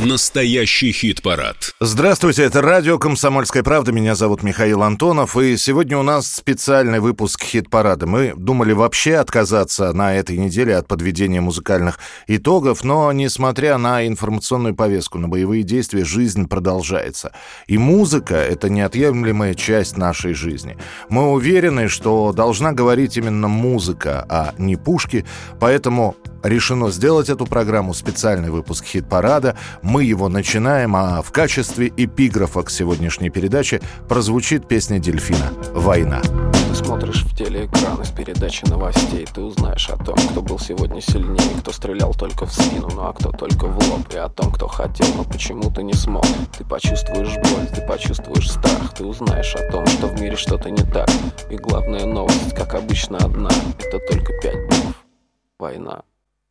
Настоящий хит-парад. Здравствуйте, это радио «Комсомольская правда». Меня зовут Михаил Антонов. И сегодня у нас специальный выпуск хит-парада. Мы думали вообще отказаться на этой неделе от подведения музыкальных итогов, но, несмотря на информационную повестку, на боевые действия, жизнь продолжается. И музыка — это неотъемлемая часть нашей жизни. Мы уверены, что должна говорить именно музыка, а не пушки. Поэтому решено сделать эту программу, специальный выпуск хит-парада. Мы его начинаем, а в качестве эпиграфа к сегодняшней передаче прозвучит песня «Дельфина» «Война». Ты смотришь в телеэкран из передачи новостей. Ты узнаешь о том, кто был сегодня сильнее, кто стрелял только в спину, ну а кто только в лоб. И о том, кто хотел, но почему-то не смог. Ты почувствуешь боль, ты почувствуешь страх. Ты узнаешь о том, что в мире что-то не так. И главная новость, как обычно, одна. Это только 5 букв. Война.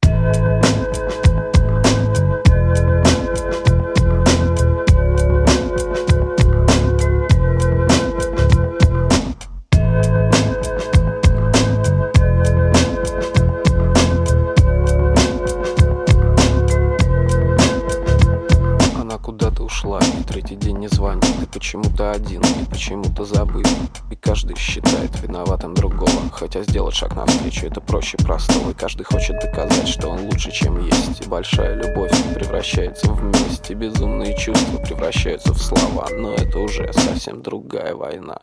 И третий день не звонит. Ты почему-то один и почему-то забыт. И каждый считает виноватым другого. Хотя сделать шаг навстречу — это проще простого. И каждый хочет доказать, что он лучше, чем есть. И большая любовь превращается в месть. И безумные чувства превращаются в слова. Но это уже совсем другая война.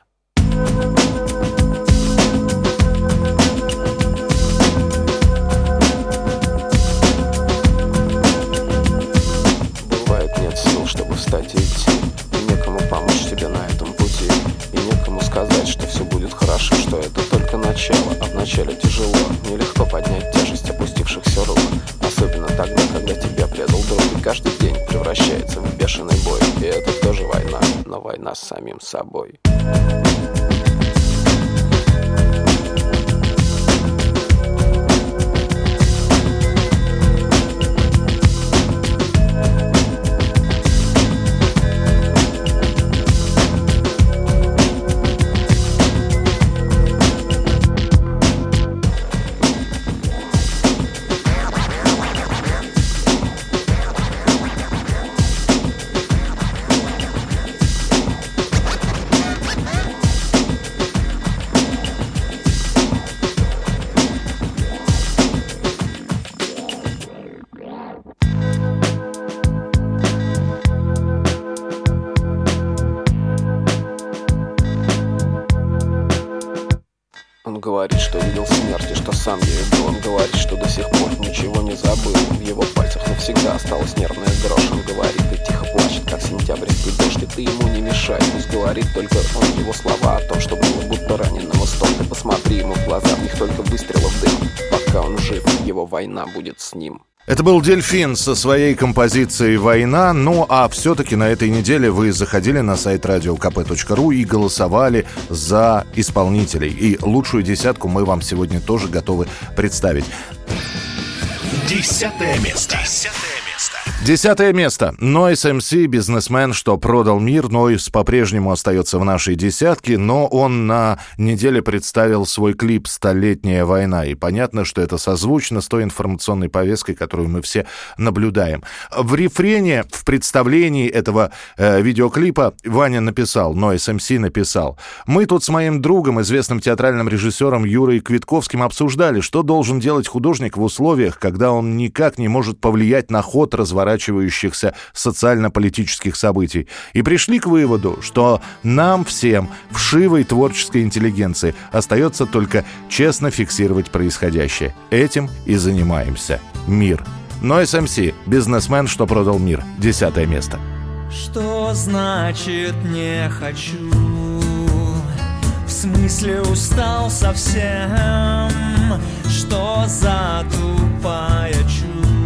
Чтобы встать и идти, и некому помочь тебе на этом пути, и некому сказать, что все будет хорошо, что это только начало, а вначале тяжело, нелегко поднять тяжесть опустившихся рук, особенно тогда, когда тебя предал друг, и каждый день превращается в бешеный бой, и это тоже война, но война с самим собой. Он говорит, что видел смерть и что сам ею был. Он говорит, что до сих пор ничего не забыл. В его пальцах навсегда осталась нервная дрожь. Он говорит и тихо плачет, как сентябрьский дождь. И ты ему не мешай, пусть говорит только он. Его слова о том, что было будто раненому стол. Ты посмотри ему в глаза, в них только выстрелов дым. Пока он жив, его война будет с ним. Это был «Дельфин» со своей композицией «Война». Ну, а все-таки на этой неделе вы заходили на сайт radiokp.ru и голосовали за исполнителей. И лучшую десятку мы вам сегодня тоже готовы представить. 10-е место. 10-е место. Noise MC, бизнесмен, что продал мир. Noise по-прежнему остается в нашей десятке, но он на неделе представил свой клип «Столетняя война». И понятно, что это созвучно с той информационной повесткой, которую мы все наблюдаем. В рефрене, в представлении этого видеоклипа Ваня написал, Noise MC написал: «Мы тут с моим другом, известным театральным режиссером Юрой Квитковским, обсуждали, что должен делать художник в условиях, когда он никак не может повлиять на ход разворачивающихся социально-политических событий. И пришли к выводу, что нам всем, вшивой творческой интеллигенции, остается только честно фиксировать происходящее. Этим и занимаемся. Мир». Noise MC, бизнесмен, что продал мир. 10-е место. Что значит не хочу? В смысле устал совсем? Что за тупая чушь?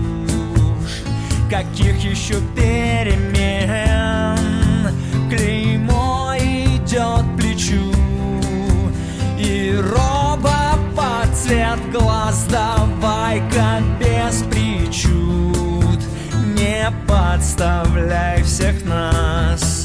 Каких еще перемен? Клеймо идет к плечу, и роба под цвет глаз. Давай-ка без причуд, не подставляй всех нас.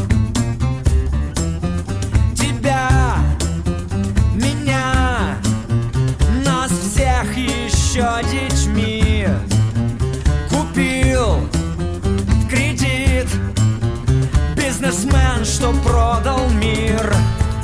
Тебя, меня, нас всех еще детьми купил в Бизнесмен, что продал мир.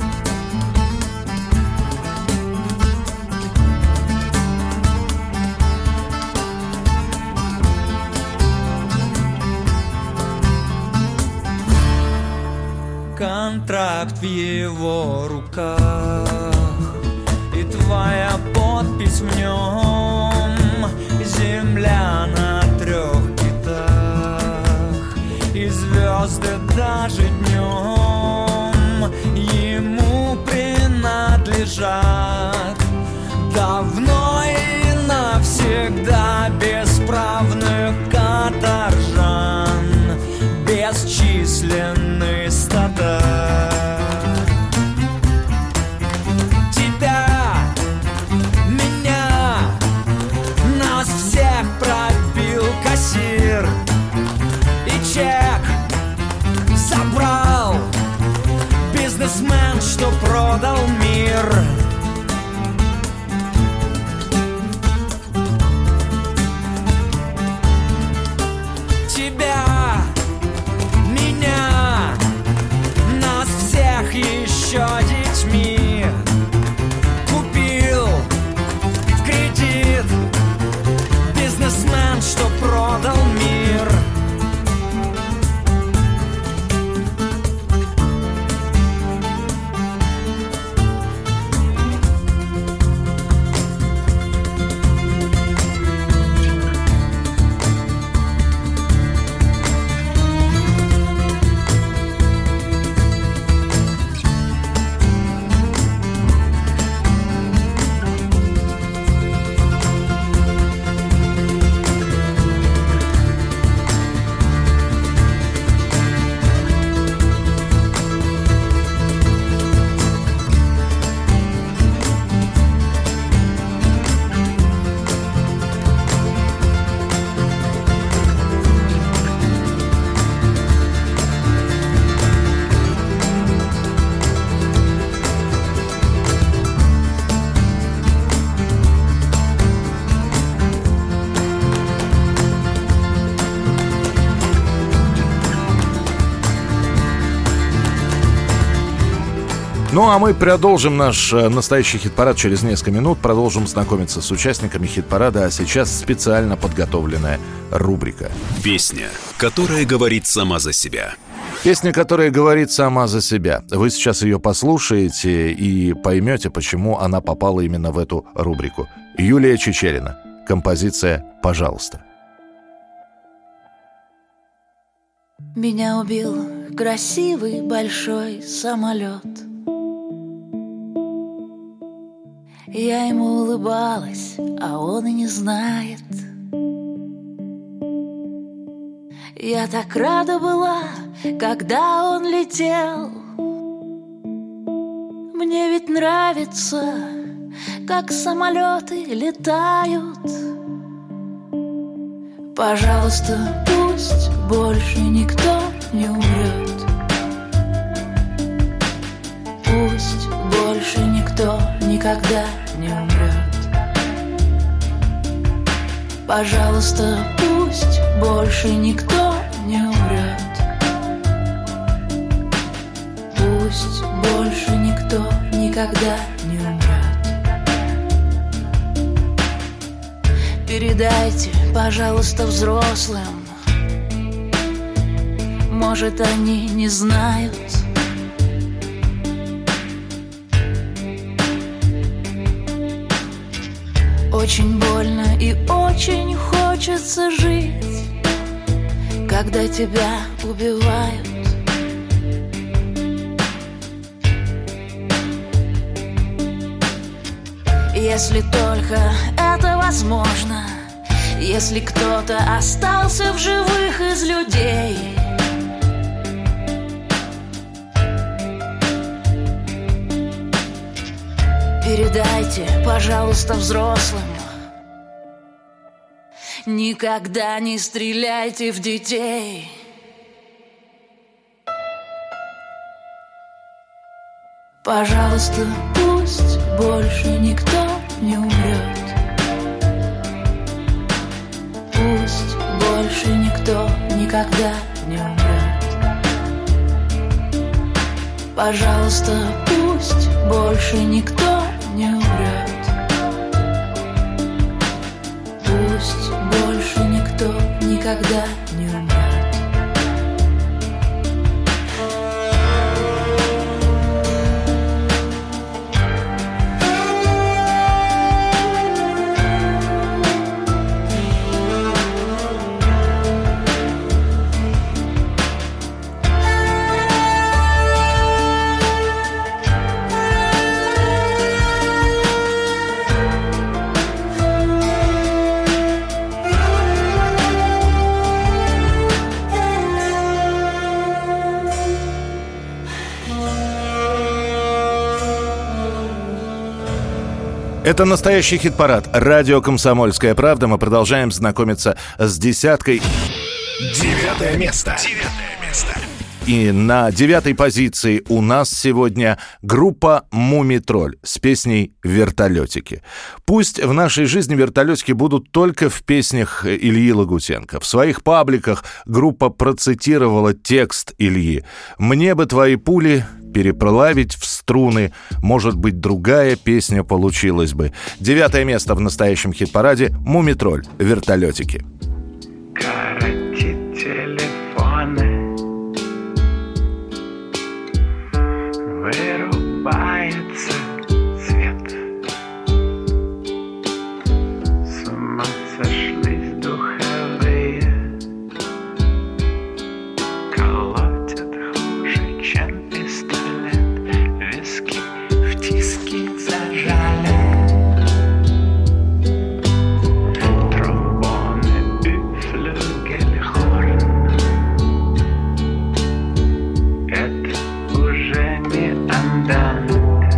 Контракт в его руках, и твоя подпись в нем. Земля на 3 китах, и звезды даже днем ему принадлежат. Давно и навсегда бесправных каторжан, бесчисленные стада. Тебя, меня, нас всех пробил кассир, и чек забрал бизнесмен, что продал мир. Тебя, меня, нас всех еще детьми купил в кредит бизнесмен, что продал мир. Ну, а мы продолжим наш настоящий хит-парад через несколько минут. Продолжим знакомиться с участниками хит-парада. А сейчас специально подготовленная рубрика. Песня, которая говорит сама за себя. Песня, которая говорит сама за себя. Вы сейчас ее послушаете и поймете, почему она попала именно в эту рубрику. Юлия Чичерина. Композиция «Пожалуйста». Меня убил красивый большой самолет. Я ему улыбалась, а он и не знает. Я так рада была, когда он летел. Мне ведь нравится, как самолеты летают. Пожалуйста, пусть больше никто не умрет. Пусть больше никто никогда не умрет. Пожалуйста, пусть больше никто не умрет. Пусть больше никто никогда не умрет. Передайте, пожалуйста, взрослым, может, они не знают. Очень больно и очень хочется жить, когда тебя убивают. Если только это возможно, если кто-то остался в живых из людей. Передайте, пожалуйста, взрослым, никогда не стреляйте в детей. Пожалуйста, пусть больше никто не умрет. Пусть больше никто никогда не умрет. Пожалуйста, пусть больше никто не умрет. Пусть больше никто никогда не умрет. Это настоящий хит-парад. Радио «Комсомольская правда». Мы продолжаем знакомиться с десяткой. 9 место. И на 9-й позиции у нас сегодня группа «Мумий-тролль» с песней «Вертолетики». Пусть в нашей жизни вертолетики будут только в песнях Ильи Лагутенко. В своих пабликах группа процитировала текст Ильи. «Мне бы твои пули переплавить в струны, может быть, другая песня получилась бы». 9 место в настоящем хит-параде «Мумий-тролль. Вертолетики». Короче, телефоны вырубается свет. С ума сошлись духовые, колотят хуже, чем пистолет. Виски в тиски зажали, тромбоны и флюгельхорн. Это уже не андант.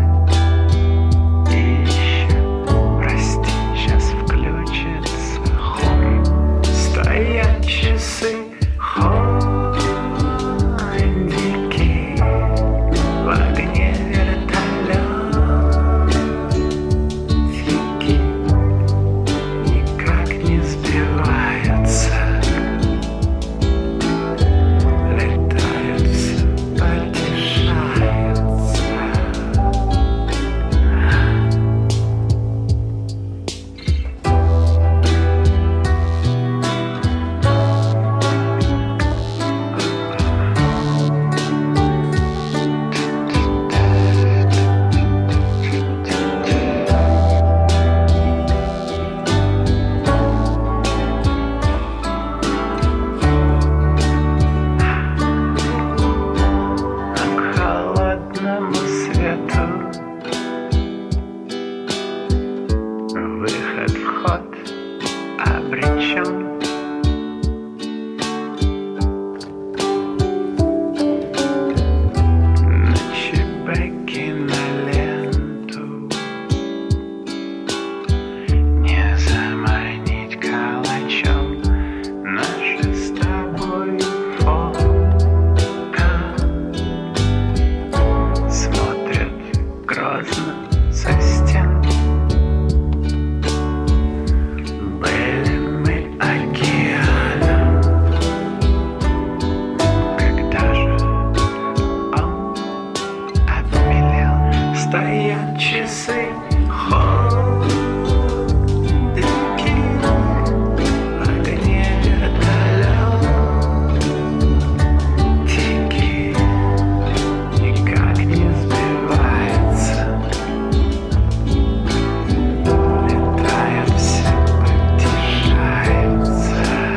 И еще, прости, сейчас включится хор. Стоят часы, ходики, в огне вертолетики никак не сбиваются, летают все потешаются. К холодному свету выход, вход обречен. На чебеки на ленту не заманить калачом наши с тобою фото. Смотрят грозно со стен. Были мы океаном, когда же он отмелел. Стоят часы, ходики, в огне вертолетики никак не сбиваются, летают все потешаются.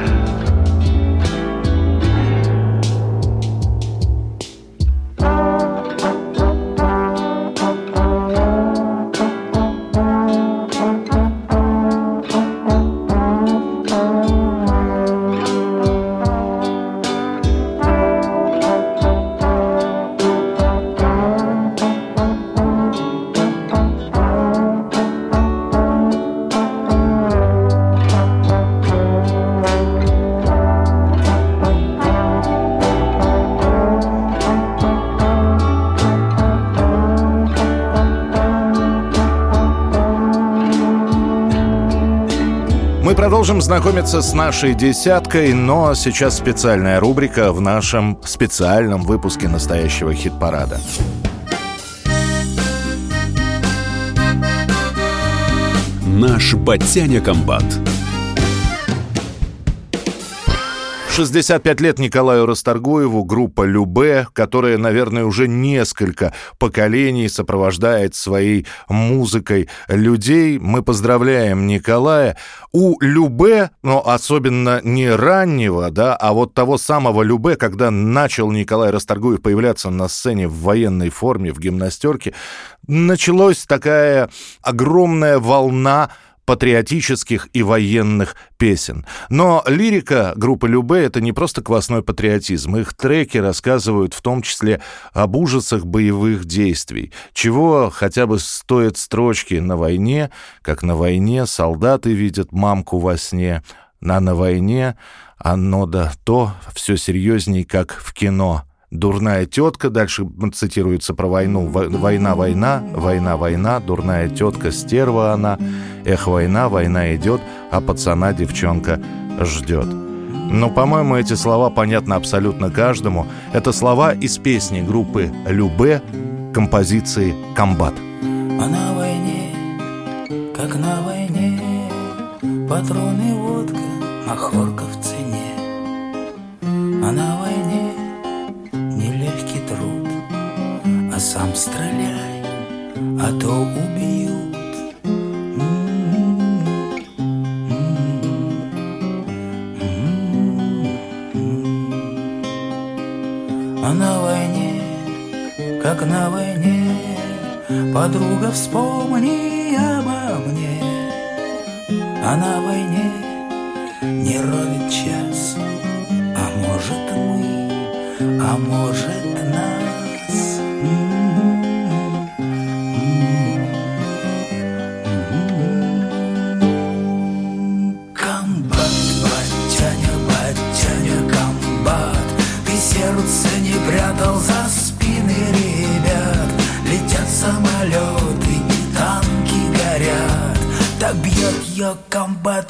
Мы продолжим знакомиться с нашей десяткой, но сейчас специальная рубрика в нашем специальном выпуске настоящего хит-парада. Наш Батяня Комбат. 65 лет Николаю Расторгуеву, группа «Любэ», которая, наверное, уже несколько поколений сопровождает своей музыкой людей. Мы поздравляем Николая. У «Любэ», но особенно не раннего, да, а вот того самого «Любэ», когда начал Николай Расторгуев появляться на сцене в военной форме, в гимнастерке, началась такая огромная волна патриотических и военных песен. Но лирика группы «Любэ» — это не просто квасной патриотизм. Их треки рассказывают в том числе об ужасах боевых действий. Чего хотя бы стоят строчки «На войне», как на войне солдаты видят мамку во сне, а на войне оно да то все серьезней, как в кино. Дурная тетка, дальше цитируется про войну. Война, война, война, война, дурная тетка, стерва она. Эх, война, война идет, а пацана девчонка ждет. Но, по-моему, эти слова понятны абсолютно каждому. Это слова из песни группы «Любэ», композиции «Комбат». А на войне, как на войне, патроны, водка, махорка в цене. А на войне нелегкий труд, а сам стреляй, а то убьют. А на войне, как на войне, подруга, вспомни обо мне. А на войне не ровен час, а может мы, а может нас. Комбат, батяня, батяня, комбат, ты сердце не прятал за спины ребят. Летят самолеты и танки горят. Так бьет ее комбат,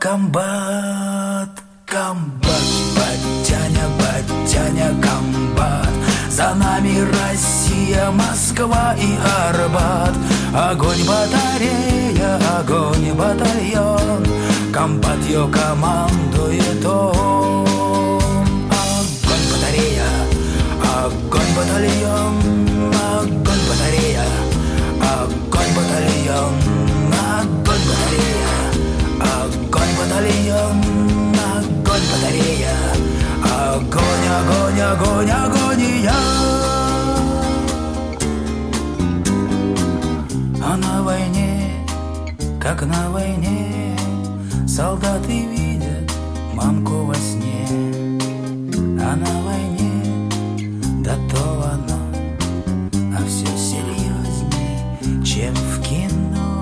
комбат, батяня, батяня, комбат. За нами Россия, Москва и Арбат. Огонь батарея, огонь батальон, комбат ее командует он. Огонь батарея, огонь батальон, огонь батарея, огонь батальон, огонь батарея, огонь батальон, огонь батарея, огонь, огонь, огонь, агония. А на войне, как на войне, солдаты видят мамку во сне. А на войне, да то оно, а все серьезней, чем в кино.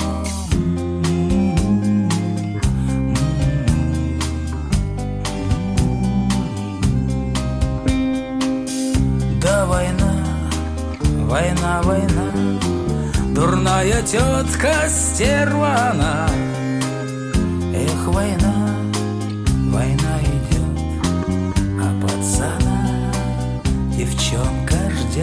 Да война, война, война, дурная тетка, стерва она. Эх, война, война идет, а пацана девчонка ждет.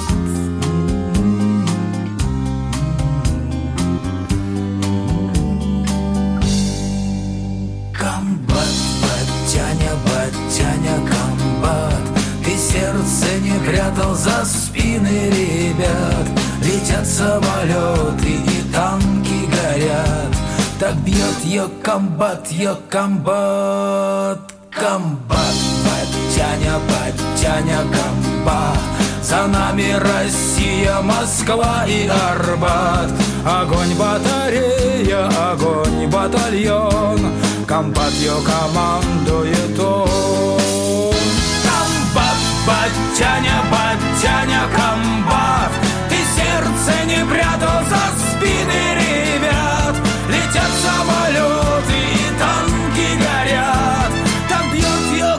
Комбат, батяня, батяня, комбат, ты сердце не прятал за спины ребят. Летят самолеты и танки горят. Так бьет ее комбат, комбат, батяня, батяня, комбат. За нами Россия, Москва и Арбат. Огонь батарея, огонь батальон, комбат ее командует он. Комбат, батяня, батяня, комбат, ты сердце не прятал за спины ребят. Летят самолеты и танки горят. Так бьет ее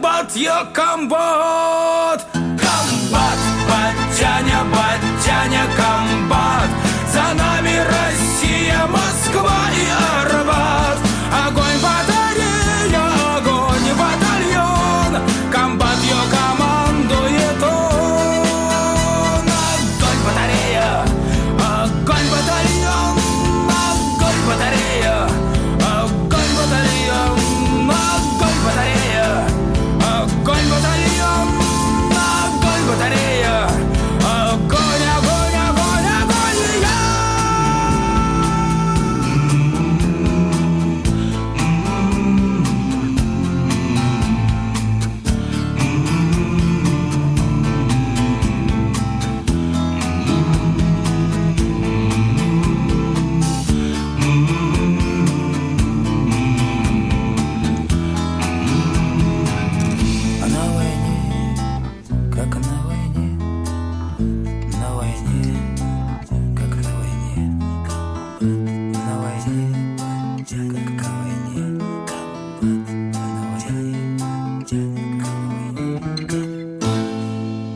комбат, комбат, батяня, батяня, комбат. За нами Россия, Москва и Арбат. Огонь батарея, огонь батальон, комбат ее командует он. Огонь батарея, огонь батальон, огонь батарея.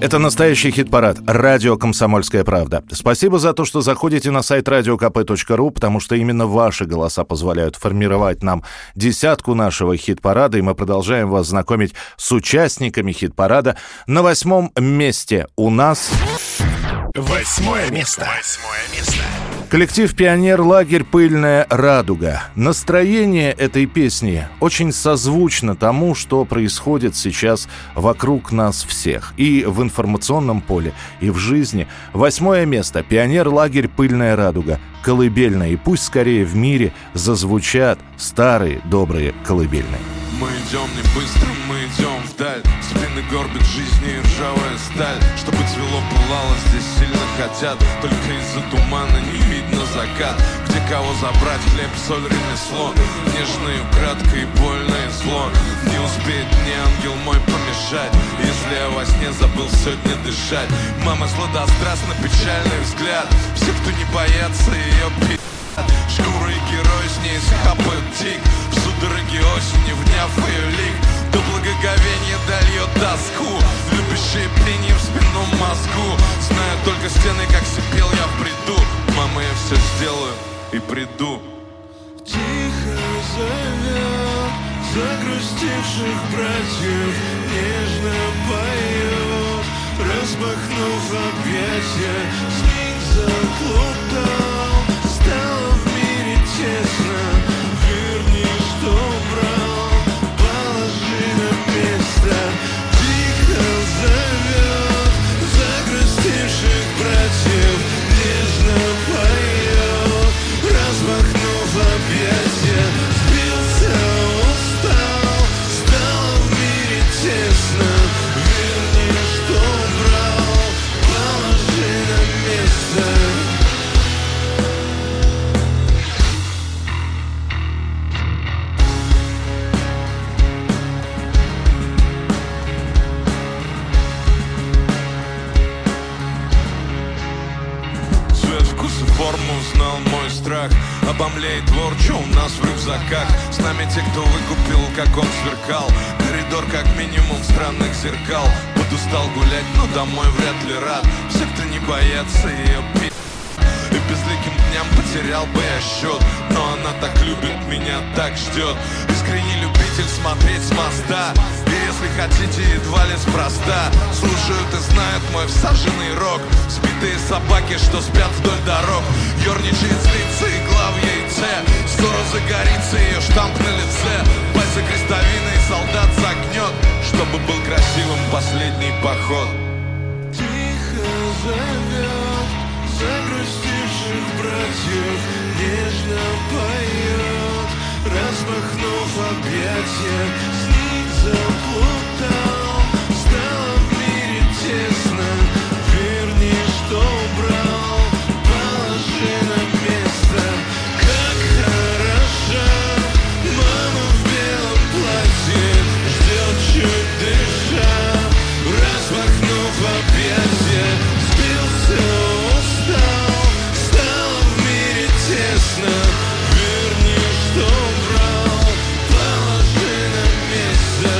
Это настоящий хит-парад. Радио «Комсомольская правда». Спасибо за то, что заходите на сайт radiokp.ru, потому что именно ваши голоса позволяют формировать нам десятку нашего хит-парада, и мы продолжаем вас знакомить с участниками хит-парада. На 8-м месте у нас... 8 место. Коллектив «Пионер-лагерь. Пыльная радуга». Настроение этой песни очень созвучно тому, что происходит сейчас вокруг нас всех. И в информационном поле, и в жизни. 8 место. «Пионер-лагерь. Пыльная радуга». Колыбельная. И пусть скорее в мире зазвучат старые добрые колыбельные. Мы идем не быстро, мы идем вдаль. Спины горбит жизни и ржавая сталь. Чтобы цвело пылало, здесь сильно хотят. Только из-за тумана не видно закат. Где кого забрать, хлеб, соль, ремесло. Нежно и кратко и больно и зло. Не успеет мне ангел мой помешать, если я во сне забыл сегодня дышать. Мама сладострастно печальный взгляд. Все, кто не боятся ее пи***. Шкура и герой с ней схапают тик. В судороге осени, вняв ее лик, до благоговения дольет тоску. Любящие пение в спинном мозгу. Знаю только стены, как сипел я приду. Мама, я все сделаю и приду. Тихо зовет загрустивших братьев, нежно поет, распахнув объятия. Снег заплутал, стало в мире тесно. Верни, что брал, положи на место. Тихо зовет загрустивших братьев, нежно поет, распахнув объятия. Сбился, устал, стало в мире тесно. Верни, что брал, положи на место. Форму узнал мой страх. Обомлеет двор, что у нас в рюкзаках. С нами те, кто выкупил, как он сверкал. Коридор как минимум странных зеркал. Подустал гулять, но домой вряд ли рад. Все, кто не боятся ее пи***. И безликим дням потерял бы я счет. Но она так любит, меня так ждет. Искренний любитель смотреть с моста. И если хотите, едва ли спроста. Слушают и знают мой всаженный рок. Сбитые собаки, что спят вдоль дорог. Ёрничает, злится, игла в яйце. Скоро загорится ее штамп на лице. Пальцы крестовины и солдат загнет, чтобы был красивым последний поход. Тихо зовет загрустивших братьев, нежно поет, распахнув объятия. Снег заплутал, стало в мире тесно. Верни, что брал, положи на место. Как хороша мама в белом платье, ждет, чуть дыша, распахнув объятия. Сбился, устал, стало в мире тесно. Верни, что брал, положи на место.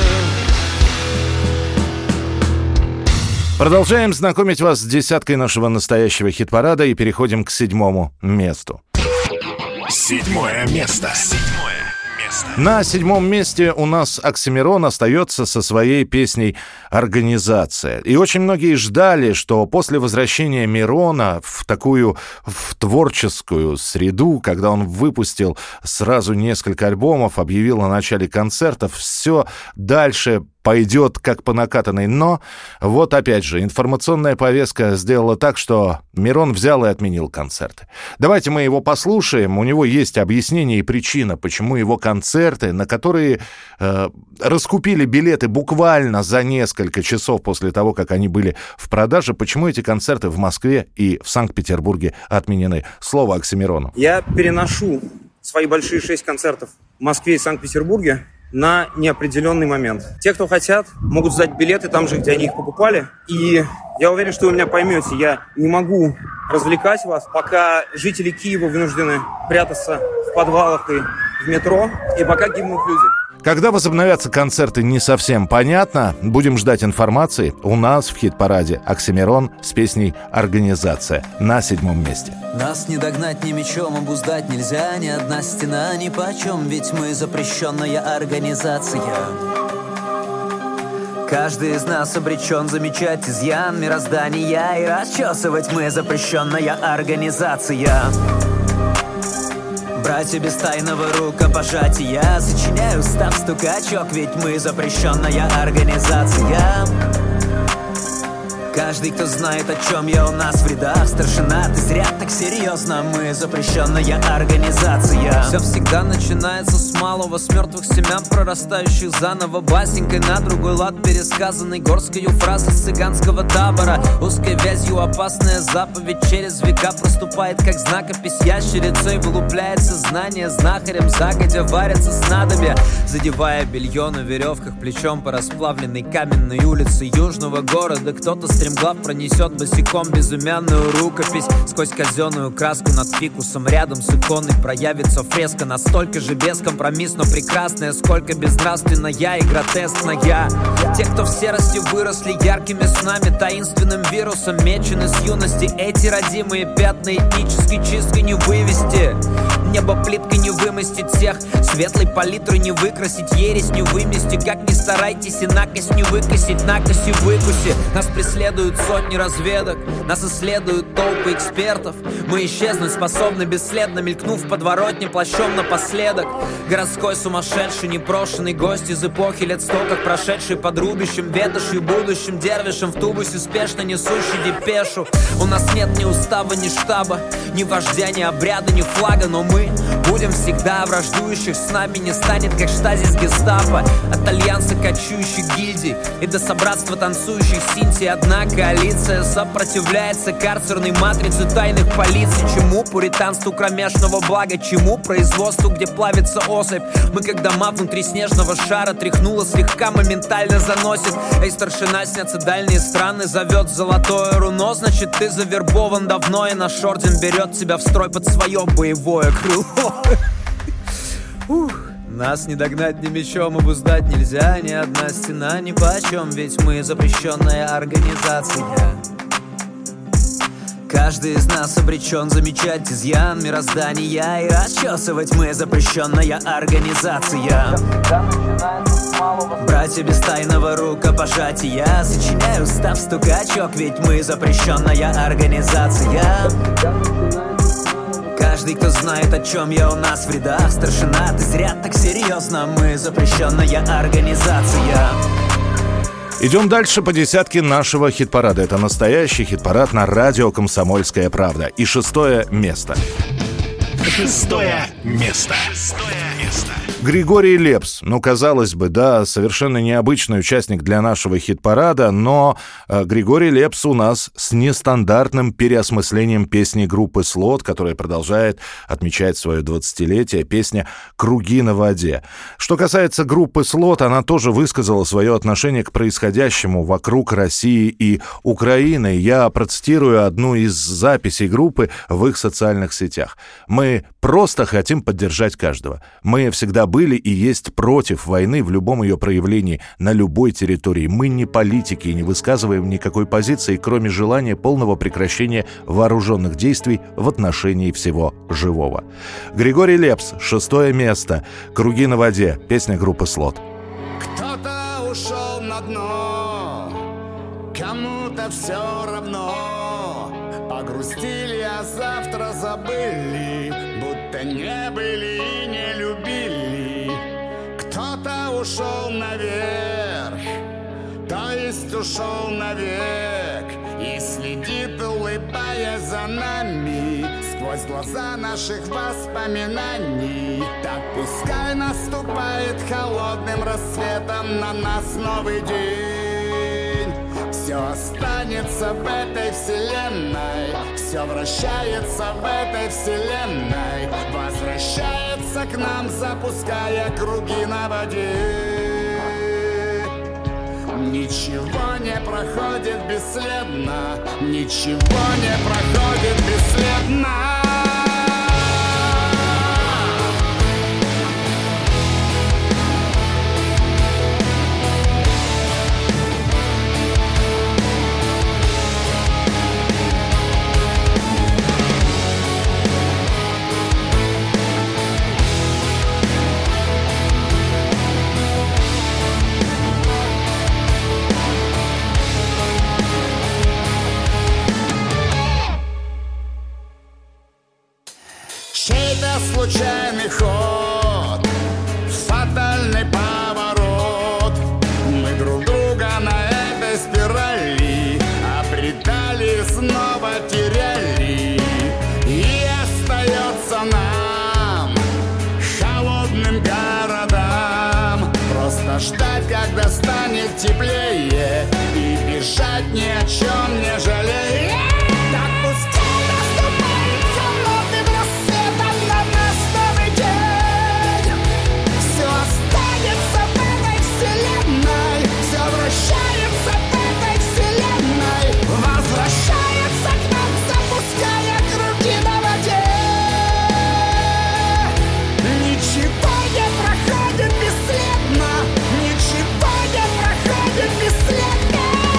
Продолжаем знакомить вас с десяткой нашего настоящего хит-парада и переходим к 7-му месту. 7 место. На 7-м месте у нас Оксимирон остается со своей песней «Организация». И очень многие ждали, что после возвращения Мирона в творческую среду, когда он выпустил сразу несколько альбомов, объявил о начале концертов, все дальше пойдет как по накатанной. Но вот опять же, информационная повестка сделала так, что Мирон взял и отменил концерты. Давайте мы его послушаем. У него есть объяснение и причина, почему его концерты, на которые раскупили билеты буквально за несколько часов после того, как они были в продаже, почему эти концерты в Москве и в Санкт-Петербурге отменены. Слово Оксимирону. Я переношу свои большие 6 концертов в Москве и Санкт-Петербурге на неопределенный момент. Те, кто хотят, могут сдать билеты там же, где они их покупали. И я уверен, что вы меня поймете. Я не могу развлекать вас, пока жители Киева вынуждены прятаться в подвалах и в метро, и пока гибнут люди. Когда возобновятся концерты, не совсем понятно. Будем ждать информации. У нас в хит-параде Оксимирон с песней «Организация» на 7-м месте. Нас не догнать ни мечом, обуздать нельзя. Ни одна стена ни почем, ведь мы запрещенная организация. Каждый из нас обречен замечать изъян мироздания и расчесывать мы запрещенная организация. Братья без тайного рукопожатия, сочиняю устав стукачок, ведь мы запрещенная организация. Каждый, кто знает, о чем я у нас в рядах. Старшина, ты зря так серьезно, мы запрещенная организация. Все всегда начинается с малого, с мертвых семян, прорастающих заново. Басенькой на другой лад пересказанной горской фразы с цыганского табора. Узкой вязью опасная заповедь через века проступает, как знакопись ящерицей. Вылупляется знание знахарем, загодя варятся снадобья, задевая белье на веревках плечом по расплавленной каменной улице южного города. Кто-то стремглав пронесет босиком безымянную рукопись сквозь казенную краску над фикусом. Рядом с иконой проявится фреска, настолько же бескомпромиссно прекрасная, сколько безнравственная и гротескная. Те, кто в серости выросли яркими снами, таинственным вирусом мечены с юности. Эти родимые пятна этнической чисткой не вывести, небо плиткой не вымостить всех, светлой палитрой не выкрасить, ересь не вымести. Как ни старайтесь и накось не выкосить, накось и выкуси. Нас преследуют сотни разведок, нас исследуют толпы экспертов. Мы исчезнуть способны бесследно, мелькнув в подворотне плащом напоследок. Городской сумасшедший, непрошенный гость из эпохи лет 100, как прошедший под рубящим ветошью будущим дервишем в тубусе спешно несущий депешу. У нас нет ни устава, ни штаба, ни вождя, ни обряда, ни флага, но мы будем всегда враждующих с нами. Не станет, как штазис гестапо, от альянса кочующих гильдий и до собратства танцующих синтий. Одна коалиция сопротивляется карцерной матрице тайных полиций. Чему пуританству кромешного блага, чему производству, где плавится особь? Мы как дома внутри снежного шара, тряхнуло слегка, моментально заносит. Эй, старшина, снятся дальние страны, зовет золотое руно, значит ты завербован давно, и наш орден берет тебя в строй под свое боевое крыло. Нас не догнать ни мечом, обуздать нельзя. Ни одна стена ни почем, ведь мы запрещенная организация. Каждый из нас обречен замечать изъян мироздания и расчесывать мы запрещенная организация. Братья без тайного рукопожатия, сочиняю устав стукачок, ведь мы запрещенная организация. Каждый, кто знает, о чем я у нас в рядах. Старшина, ты зря так серьезно, мы запрещенная организация. Идем дальше по десятке нашего хит-парада. Это настоящий хит-парад на радио «Комсомольская правда». И 6-е место. 6-е место. Григорий Лепс. Ну, казалось бы, да, совершенно необычный участник для нашего хит-парада, но Григорий Лепс у нас с нестандартным переосмыслением песни группы «Слот», которая продолжает отмечать свое 20-летие, песня «Круги на воде». Что касается группы «Слот», она тоже высказала свое отношение к происходящему вокруг России и Украины. Я процитирую одну из записей группы в их социальных сетях. «Мы просто хотим поддержать каждого. Мы всегда были и есть против войны в любом ее проявлении, на любой территории. Мы не политики и не высказываем никакой позиции, кроме желания полного прекращения вооруженных действий в отношении всего живого». Григорий Лепс, 6-е место. «Круги на воде», песня группы «Слот». Кто-то ушел на дно, кому-то все равно. Погрустили, а завтра забыли, будто не были и не любили. Кто-то ушел наверх, то есть ушел навек, и следит, улыбаясь за нами, сквозь глаза наших воспоминаний. Так пускай наступает холодным рассветом на нас новый день. Все останется в этой вселенной, все вращается в этой вселенной, возвращается к нам, запуская круги на воде. Ничего не проходит бесследно, ничего не проходит бесследно. ни о чем не жалей. Так пускай наступает холодным рассветом на нас новый день. Все останется в этой вселенной, все вращается в этой вселенной, возвращается к нам, запуская круги на воде. Ничего не проходит бесследно, ничего не проходит бесследно.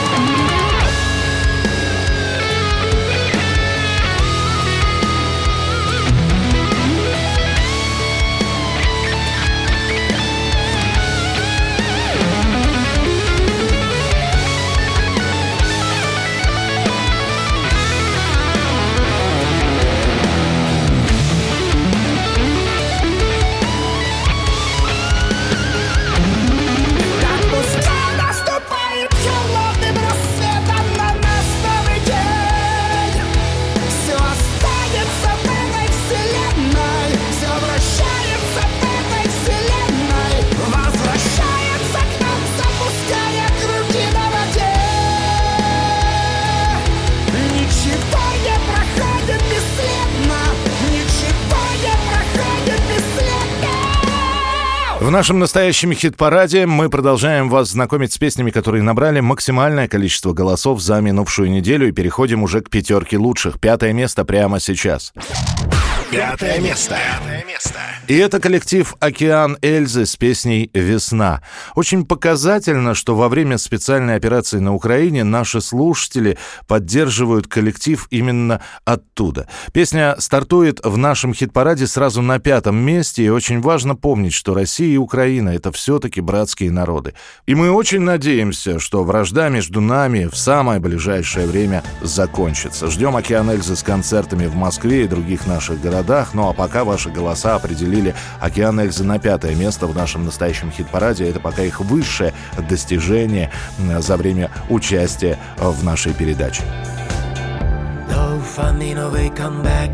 В нашем настоящем хит-параде мы продолжаем вас знакомить с песнями, которые набрали максимальное количество голосов за минувшую неделю, и переходим уже к пятерке лучших. 5-е место прямо сейчас. 5-е место. И это коллектив «Океан Эльзы» с песней «Весна». Очень показательно, что во время специальной операции на Украине наши слушатели поддерживают коллектив именно оттуда. Песня стартует в нашем хит-параде сразу на 5-м месте, и очень важно помнить, что Россия и Украина — это все-таки братские народы. И мы очень надеемся, что вражда между нами в самое ближайшее время закончится. Ждем «Океан Эльзы» с концертами в Москве и других наших городах. Ну а пока ваши голоса определили «Океан Эльзы» на 5-е место в нашем настоящем хит-параде. Это пока их высшее достижение за время участия в нашей передаче. Doufám nový comeback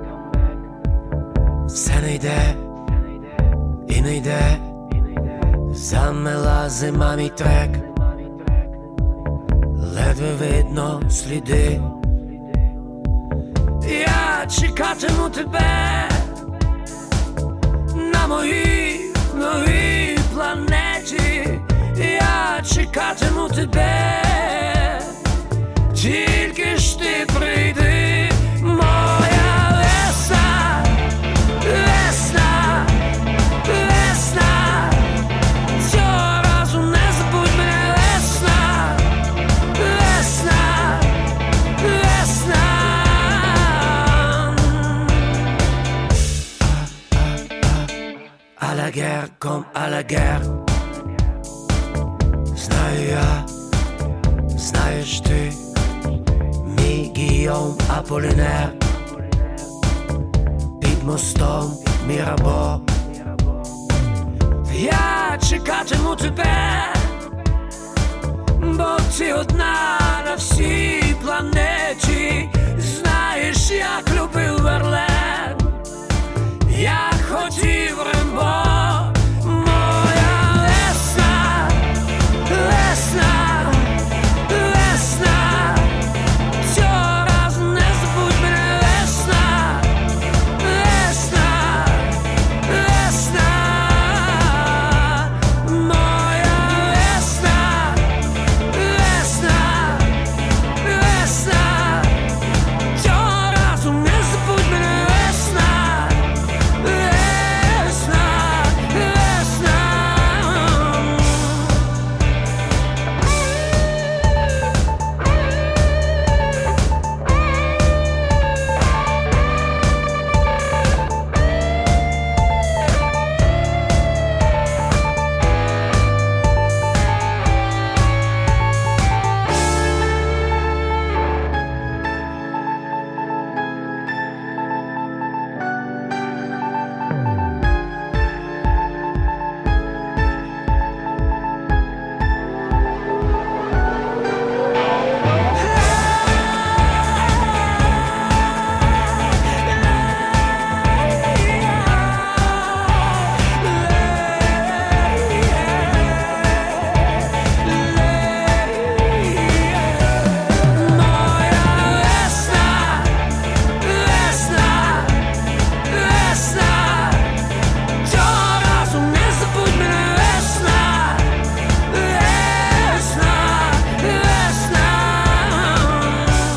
se nejde, i nejde, zamela zima mi track, ledve vidno сліди. Я чекатиму тебе на моїй новій планеті. Я чекатиму тебе, тільки ж ти прийди, моя весна, весна, весна. Цього разу не забудь мене, весна, весна, весна. À la guerre comme à la guerre. Знаю я, знаєш ти, мій Гійом Аполінер. Під мостом Мірабо. Я чекатиму тебе, бо ти одна на всій планеті. Знаєш, як любив Верлен, як хотів Рембо. Моя весна, весна, весна. Цього разу не забудь мене, весна, весна, весна. Моя весна, весна, весна. Цього разу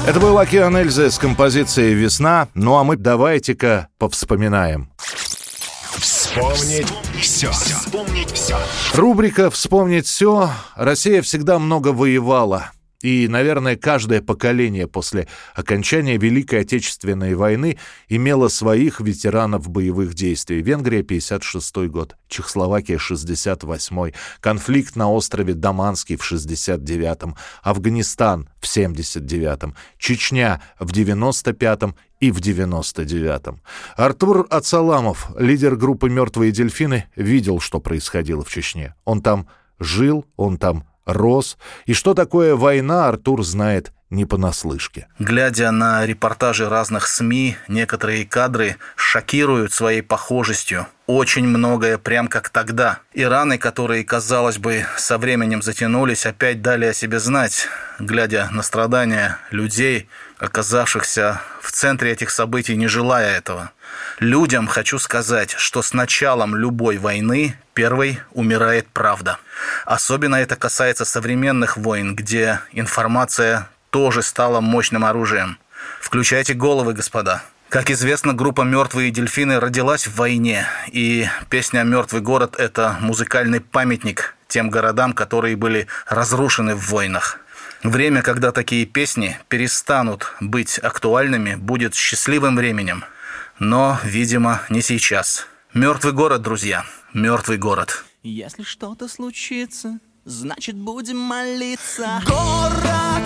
Это был Океан Эльзы с композицией «Весна». Ну а мы давайте-ка повспоминаем. Вспомнить все. Вспомнить все. Рубрика «Вспомнить все». Россия всегда много воевала. И, наверное, каждое поколение после окончания Великой Отечественной войны имело своих ветеранов боевых действий. Венгрия — 56-й год, Чехословакия — 68-й, конфликт на острове Даманский в 69-м, Афганистан в 79-м, Чечня в 95-м и в 99-м. Артур Ацаламов, лидер группы «Мертвые дельфины», видел, что происходило в Чечне. Он там жил, он там рос. И что такое война, Артур знает не понаслышке. Глядя на репортажи разных СМИ, некоторые кадры шокируют своей похожестью. Очень многое прям как тогда. И раны, которые, казалось бы, со временем затянулись, опять дали о себе знать, глядя на страдания людей, оказавшихся в центре этих событий, не желая этого. Людям хочу сказать, что с началом любой войны первой умирает правда. Особенно это касается современных войн, где информация тоже стала мощным оружием. Включайте головы, господа. Как известно, группа «Мертвые дельфины» родилась в войне, и песня «Мертвый город» — это музыкальный памятник тем городам, которые были разрушены в войнах. Время, когда такие песни перестанут быть актуальными, будет счастливым временем. Но, видимо, не сейчас. «Мертвый город», друзья, «Мертвый город». Если что-то случится, значит, будем молиться. Город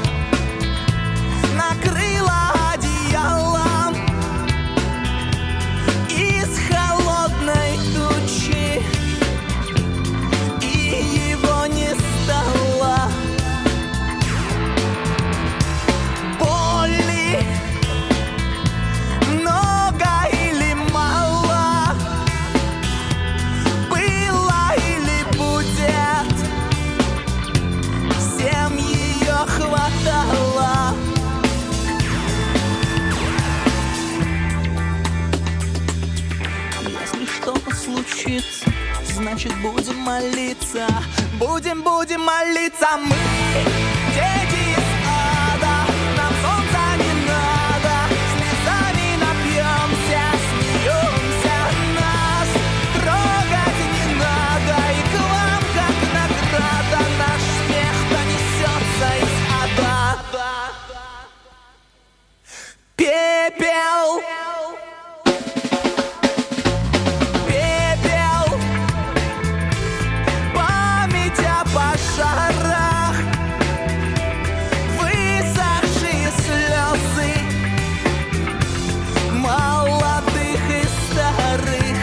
накрыло одеялом из холодной тучи, и его не стало. Боли много или мало, было или будет, всем ее хватало. Если что-то случится, значит, будем молиться. Будем молиться мы, дети из ада. Нам солнца не надо, слезами напьемся, смеемся. Нас трогать не надо, и к вам, как награда, наш смех донесется из ада. Пепел. Память о пожарах, высохшие слезы молодых и старых.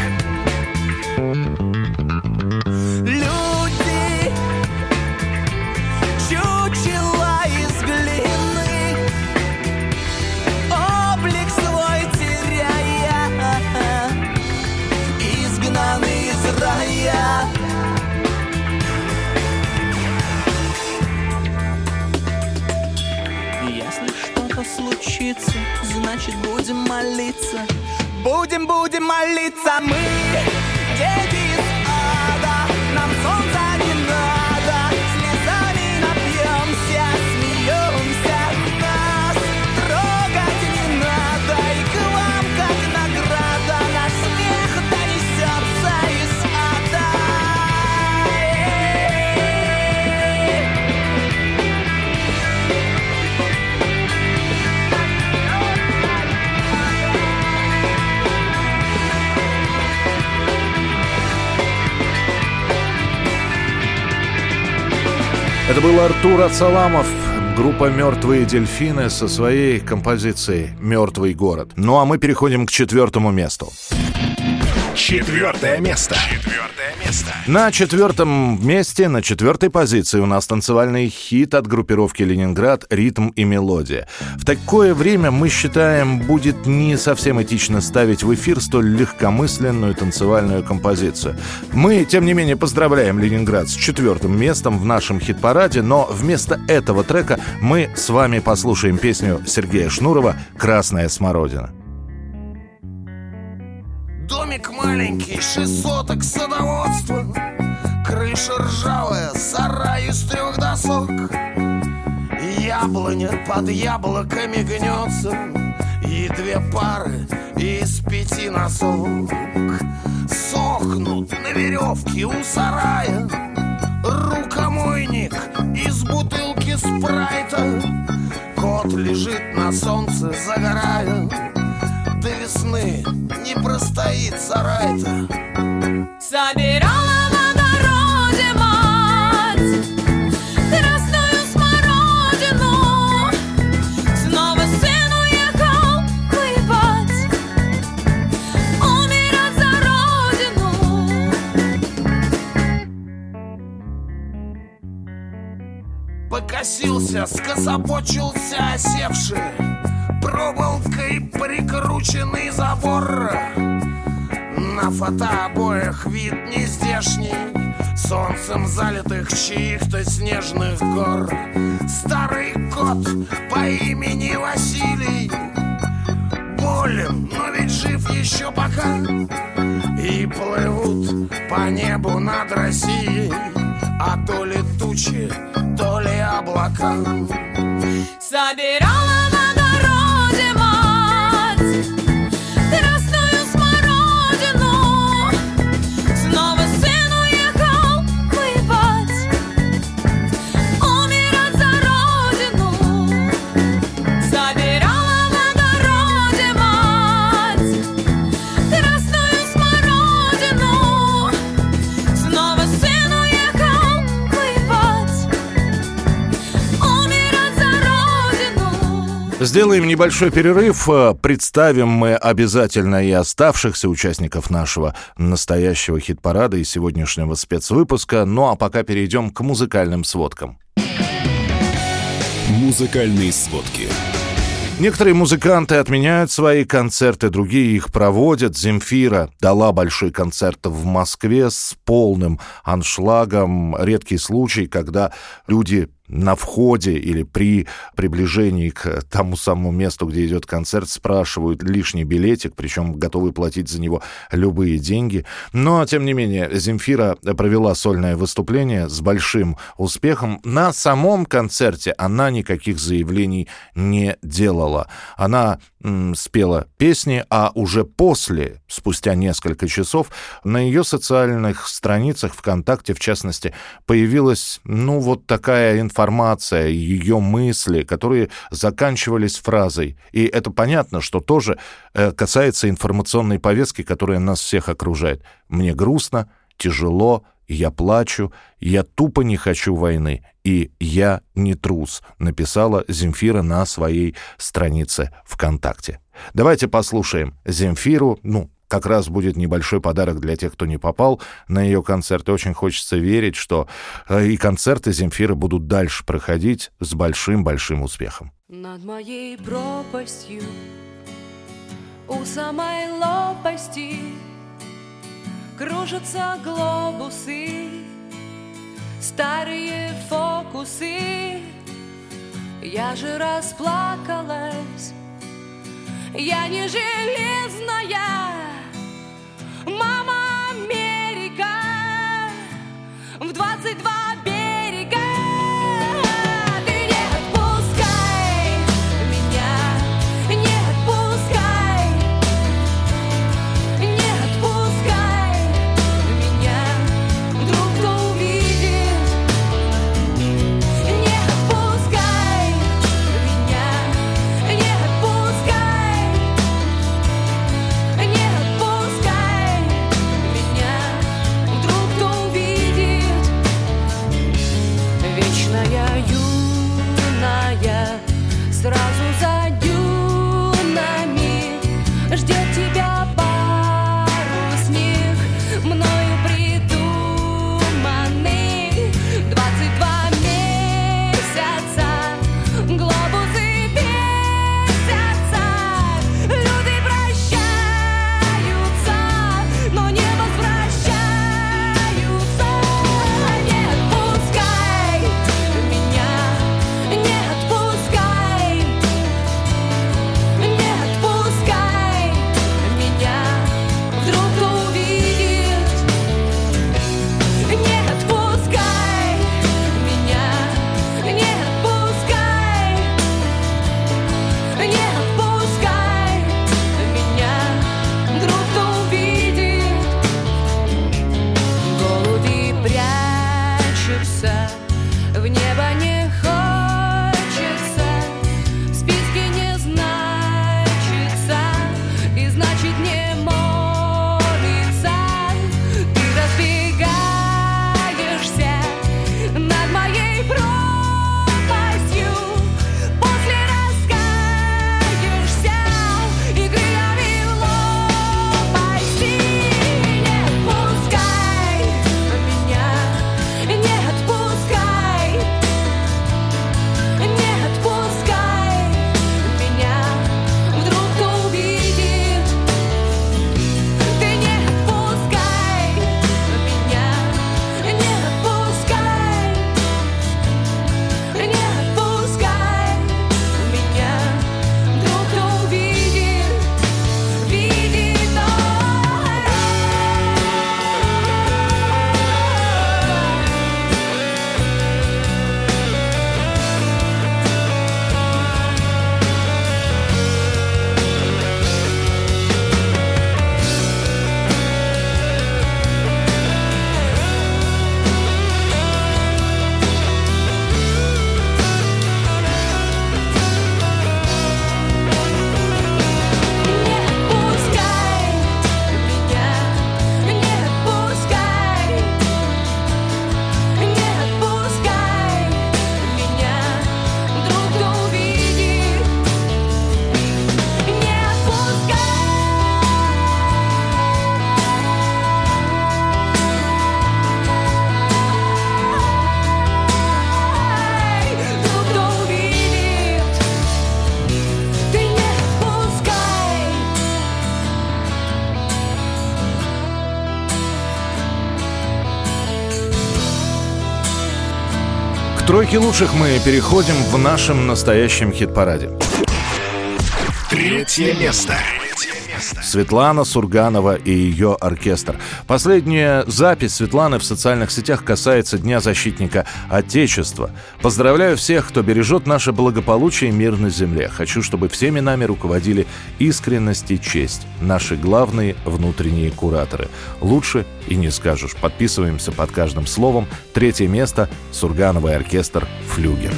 Люди, чучела из глины, облик свой теряя, изгнаны из рая. Если что-то случится, значит, будем молиться. Будем молиться мы, дети из ада. Нам солнца не надо, слезами напьемся, смеемся. Нас трогать не надо, и к вам, как награда, наш смех донесется из ада. Это был Артур Ацаламов, группа «Мертвые дельфины» со своей композицией «Мертвый город». Ну а мы переходим к 4-му месту. 4-е место. На 4-м месте, на 4-й позиции у нас танцевальный хит от группировки «Ленинград» «Ритм и мелодия». В такое время, мы считаем, будет не совсем этично ставить в эфир столь легкомысленную танцевальную композицию. Мы, тем не менее, поздравляем «Ленинград» с 4-м местом в нашем хит-параде, но вместо этого трека мы с вами послушаем песню Сергея Шнурова «Красная смородина». Домик маленький, 6 соток садоводства, крыша ржавая, сарай из 3 досок. Яблоня под яблоками гнется, и 2 пары из 5 носок сохнут на веревке у сарая. Рукомойник из бутылки спрайта. Кот лежит на солнце, загорая. До весны не простоит сарай-то. Собирала в огороде мать красную смородину. Снова сын уехал воевать, умирать за родину. Покосился, скособочился осевший, проволокой прикрученный забор. На фотообоях вид нездешний, солнцем залитых чьих-то снежных гор. Старый кот по имени Василий болен, но ведь жив еще пока. И плывут по небу над Россией, а то ли тучи, то ли облака. Собирала в огороде мать красную смородину. Снова сын уехал воевать, умирать за родину. Собирала в огороде мать красную смородину. Снова сын уехал воевать, умирать за родину. Сделаем небольшой перерыв. Представим мы обязательно и оставшихся участников нашего настоящего хит-парада и сегодняшнего спецвыпуска. Ну а пока перейдем к музыкальным сводкам. Музыкальные сводки. Некоторые музыканты отменяют свои концерты, другие их проводят. Земфира дала большой концерт в Москве с полным аншлагом. Редкий случай, когда люди на входе или при приближении к тому самому месту, где идет концерт, спрашивают лишний билетик, причем готовы платить за него любые деньги. Но, тем не менее, Земфира провела сольное выступление с большим успехом. На самом концерте она никаких заявлений не делала. Она спела песни, а уже после, спустя несколько часов, на ее социальных страницах ВКонтакте, в частности, появилась, вот такая информация, ее мысли, которые заканчивались фразой. И это понятно, что тоже касается информационной повестки, которая нас всех окружает. «Мне грустно, тяжело, я плачу, я тупо не хочу войны, и я не трус», написала Земфира на своей странице ВКонтакте. Давайте послушаем Земфиру. Как раз будет небольшой подарок для тех, кто не попал на ее концерт. И очень хочется верить, что и концерты Земфиры будут дальше проходить с большим-большим успехом. Над моей пропастью, у самой лопасти, кружатся глобусы, старые фокусы. Я же расплакалась, я не железная, мама Америка, в 22 берега. Ты не отпускай меня, не отпускай, не отпускай меня, вдруг кто увидит. Не отпускай меня, не отпускай, не отпускай меня, вдруг кто увидит. Вечная юная, сразу за дюнами ждет тебя парусник, мною придуманный. 22 месяца глобусы бесятся, люди прощаются, но не возвращаются. Не отпускай меня, не отпускай, тройки лучших мы переходим в нашем настоящем хит-параде. Третье место. Светлана Сурганова и ее оркестр. Последняя запись Светланы в социальных сетях касается Дня защитника Отечества. Поздравляю всех, кто бережет наше благополучие и мир на земле. Хочу, чтобы всеми нами руководили искренность и честь. Наши главные внутренние кураторы. Лучше и не скажешь. Подписываемся под каждым словом. Третье место. Сурганова и оркестр «Флюгер».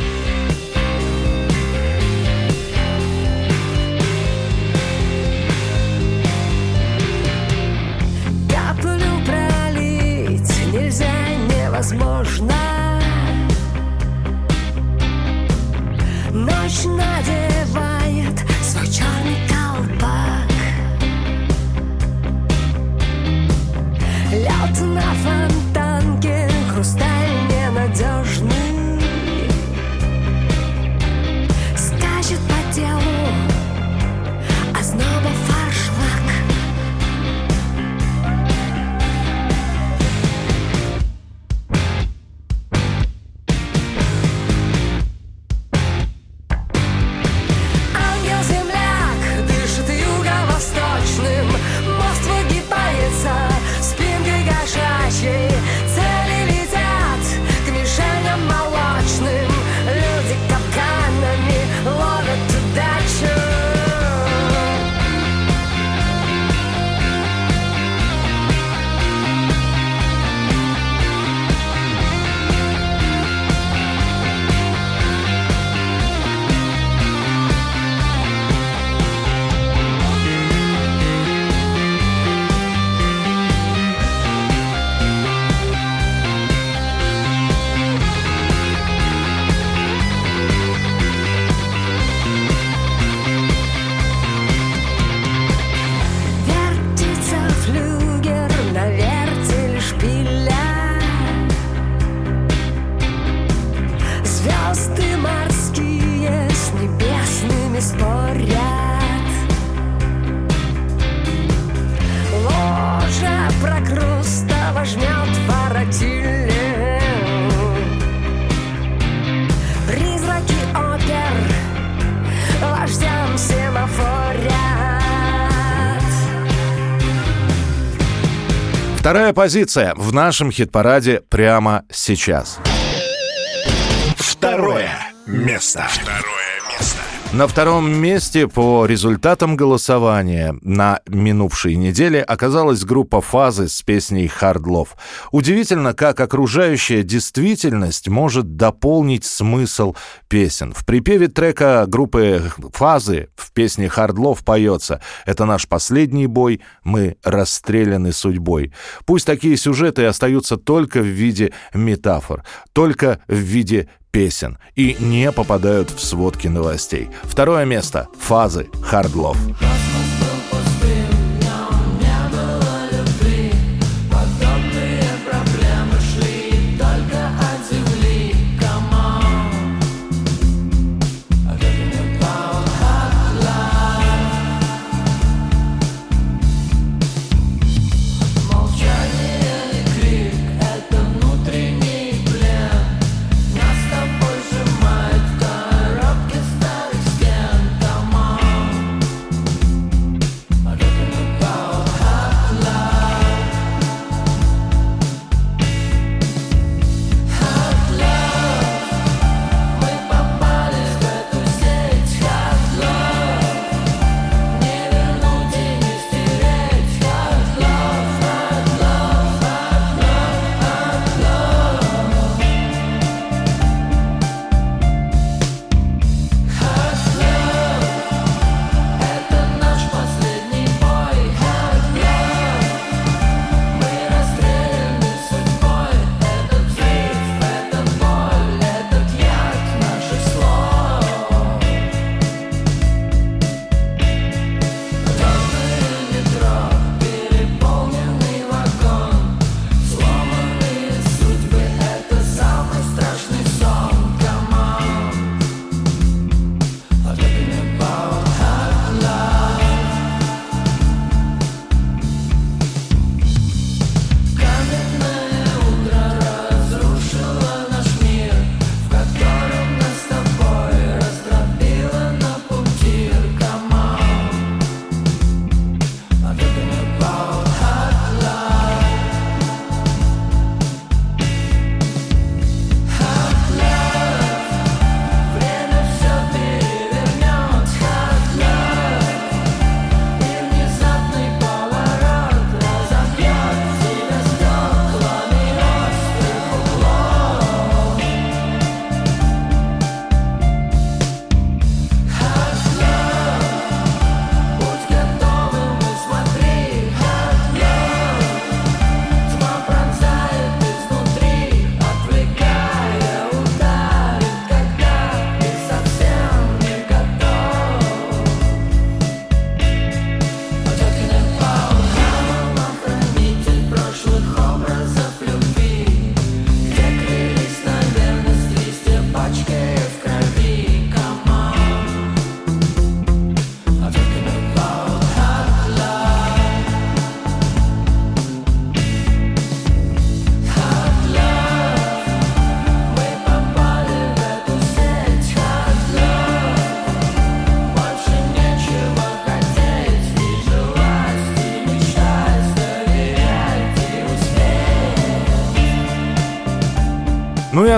Возможно, ночь надевает свой черный колпак. Лед на фонтанке, хрусталь ненадежный, скачет по телу озноба фаршлаг. Вторая позиция в нашем хит-параде прямо сейчас. Второе место. На втором месте по результатам голосования на минувшей неделе оказалась группа «Фазы» с песней «Hard Love». Удивительно, как окружающая действительность может дополнить смысл песен. В припеве трека группы «Фазы» в песне «Hard Love» поется: «Это наш последний бой, мы расстреляны судьбой». Пусть такие сюжеты остаются только в виде метафор, только в виде песен и не попадают в сводки новостей. Второе место. «Фазы», «Hard Love».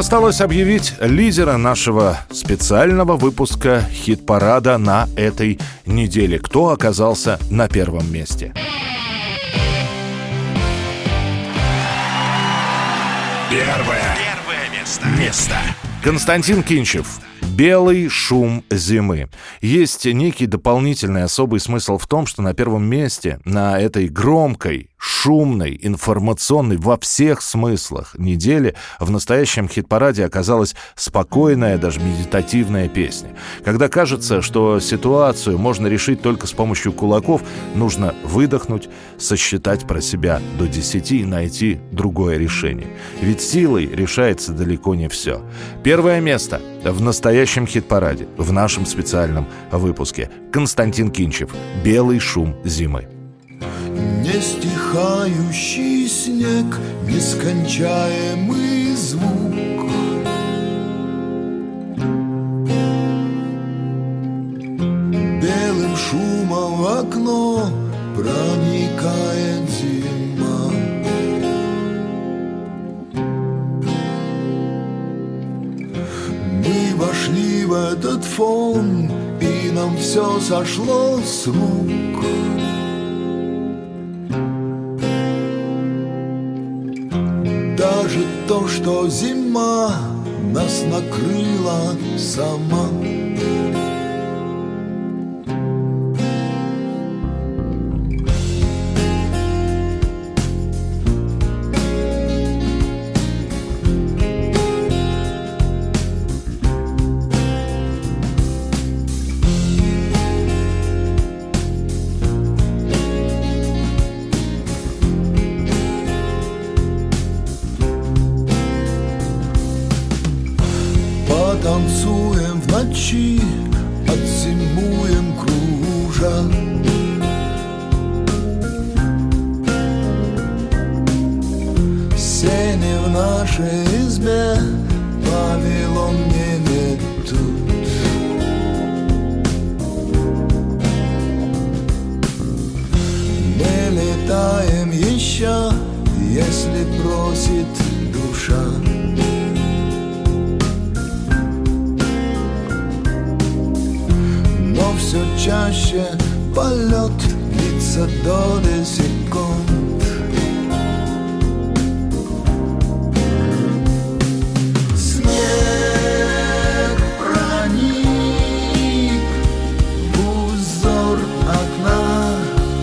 осталось объявить лидера нашего специального выпуска хит-парада на этой неделе. Кто оказался на первом месте? Первое место. Константин Кинчев. «Белый шум зимы». Есть некий дополнительный особый смысл в том, что на первом месте, на этой громкой, шумной, информационной во всех смыслах недели в настоящем хит-параде оказалась спокойная, даже медитативная песня. Когда кажется, что ситуацию можно решить только с помощью кулаков, нужно выдохнуть, сосчитать про себя до 10 и найти другое решение. Ведь силой решается далеко не все. Первое место в настоящем хит-параде, в нашем специальном выпуске. Константин Кинчев. «Белый шум зимы». Не стихающий снег, нескончаемый звук. Белым шумом в окно проникает зима. Мы вошли в этот фон, и нам все сошло с рук. Даже то, что зима нас накрыла сама. Танцуем в ночи, отзимуем кружа. Сени в нашей избе, павильон не метут. Мы летаем еще, если просит душа. Все чаще полет длится доли секунд. Снег проник в узор окна.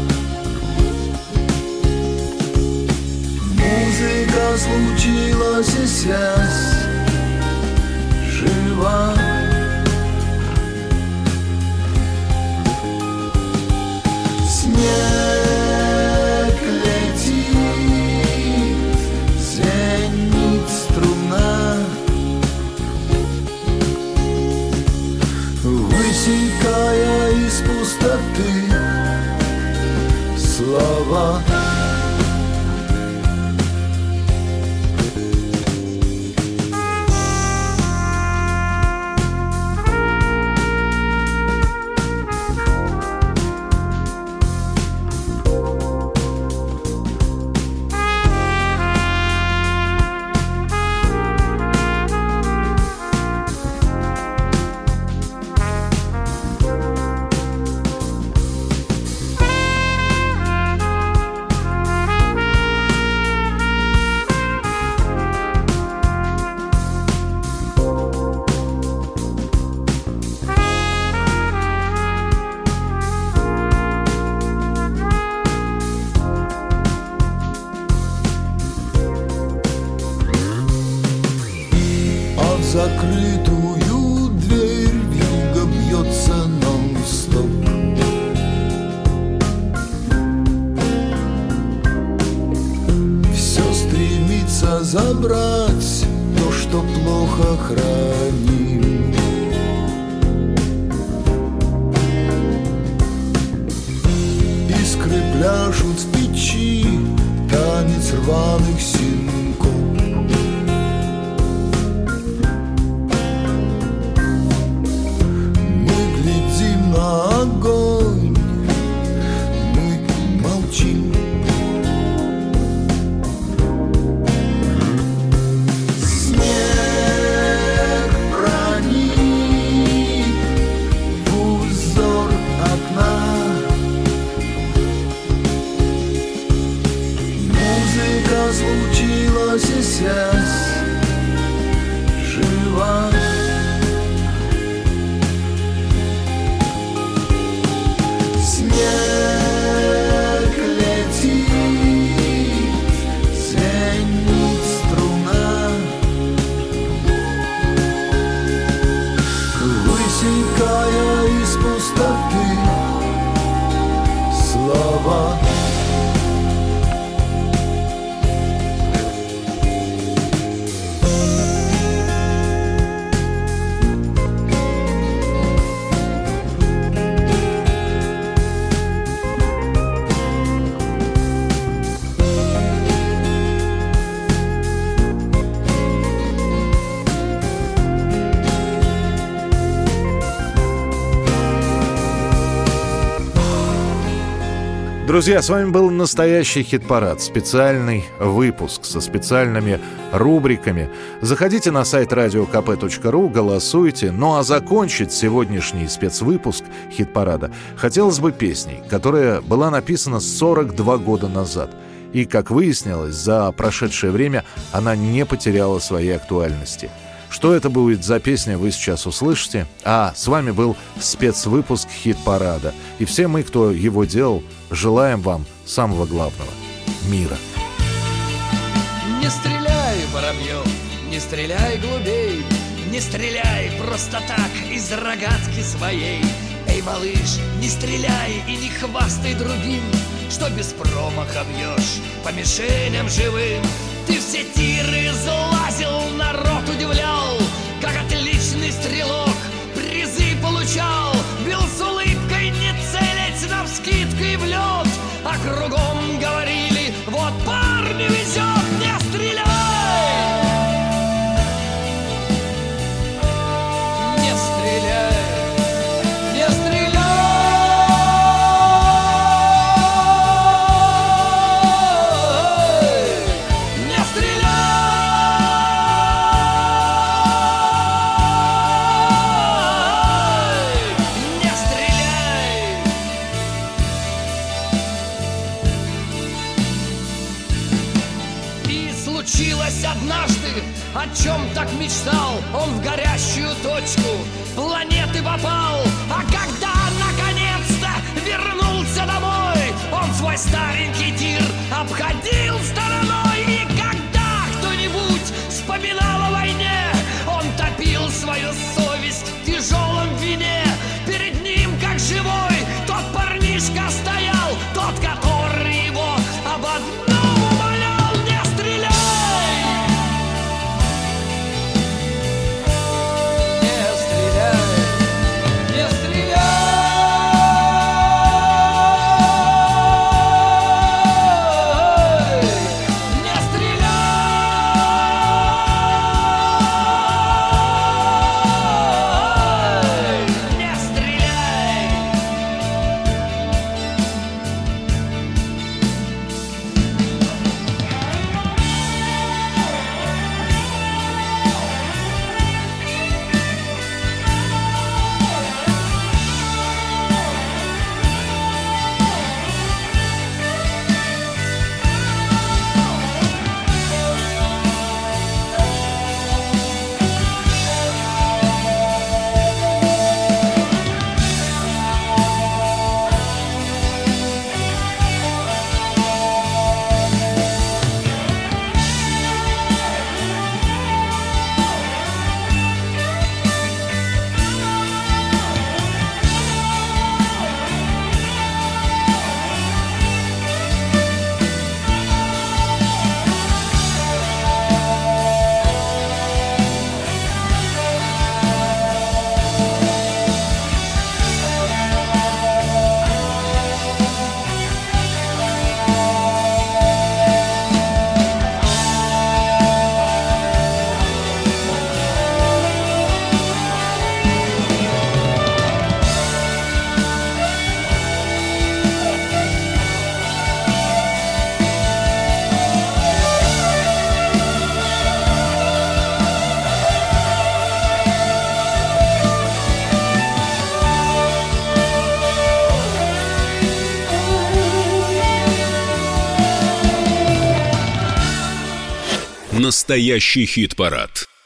Музыка случилась и связь жива. Снег летит, звенит струна, высекая из пустоты слова. Закрытую дверь вьюга бьется нон-стоп. Все стремится забрать то, что плохо храним. Искры пляшут в печи, танец рваных синков. Огонь, мы молчим. Снег Друзья, с вами был настоящий хит-парад. Специальный выпуск со специальными рубриками. Заходите на сайт radiokp.ru, голосуйте. Ну а закончить сегодняшний спецвыпуск хит-парада хотелось бы песней, которая была написана 42 года назад. И, как выяснилось, за прошедшее время она не потеряла своей актуальности. Что это будет за песня, вы сейчас услышите. А с вами был спецвыпуск хит-парада. И все мы, кто его делал, желаем вам самого главного — мира. Не стреляй, воробьев, не стреляй, голубей, не стреляй просто так из рогатки своей. Эй, малыш, не стреляй и не хвастай другим, что без промаха бьешь по мишеням живым. Ты все тиры залазил, народ удивлял, как отличный стрелок призы получал. Бил с улыбкой, не целясь навскидку и в лед, а кругом говорили: вот парню везет, не стреляй! Не стреляй! Не стреляй! Однажды, о чем так мечтал, он в горящую точку планеты попал. А когда наконец-то вернулся домой, он свой старенький тир обходил стороной. И когда кто-нибудь вспоминал о войне, он топил свою совесть в тяжелом вине. Перед ним, как живой, тот парнишка стоял, тот, который его об одном умолял: не стреляй! Настоящий хит-парад.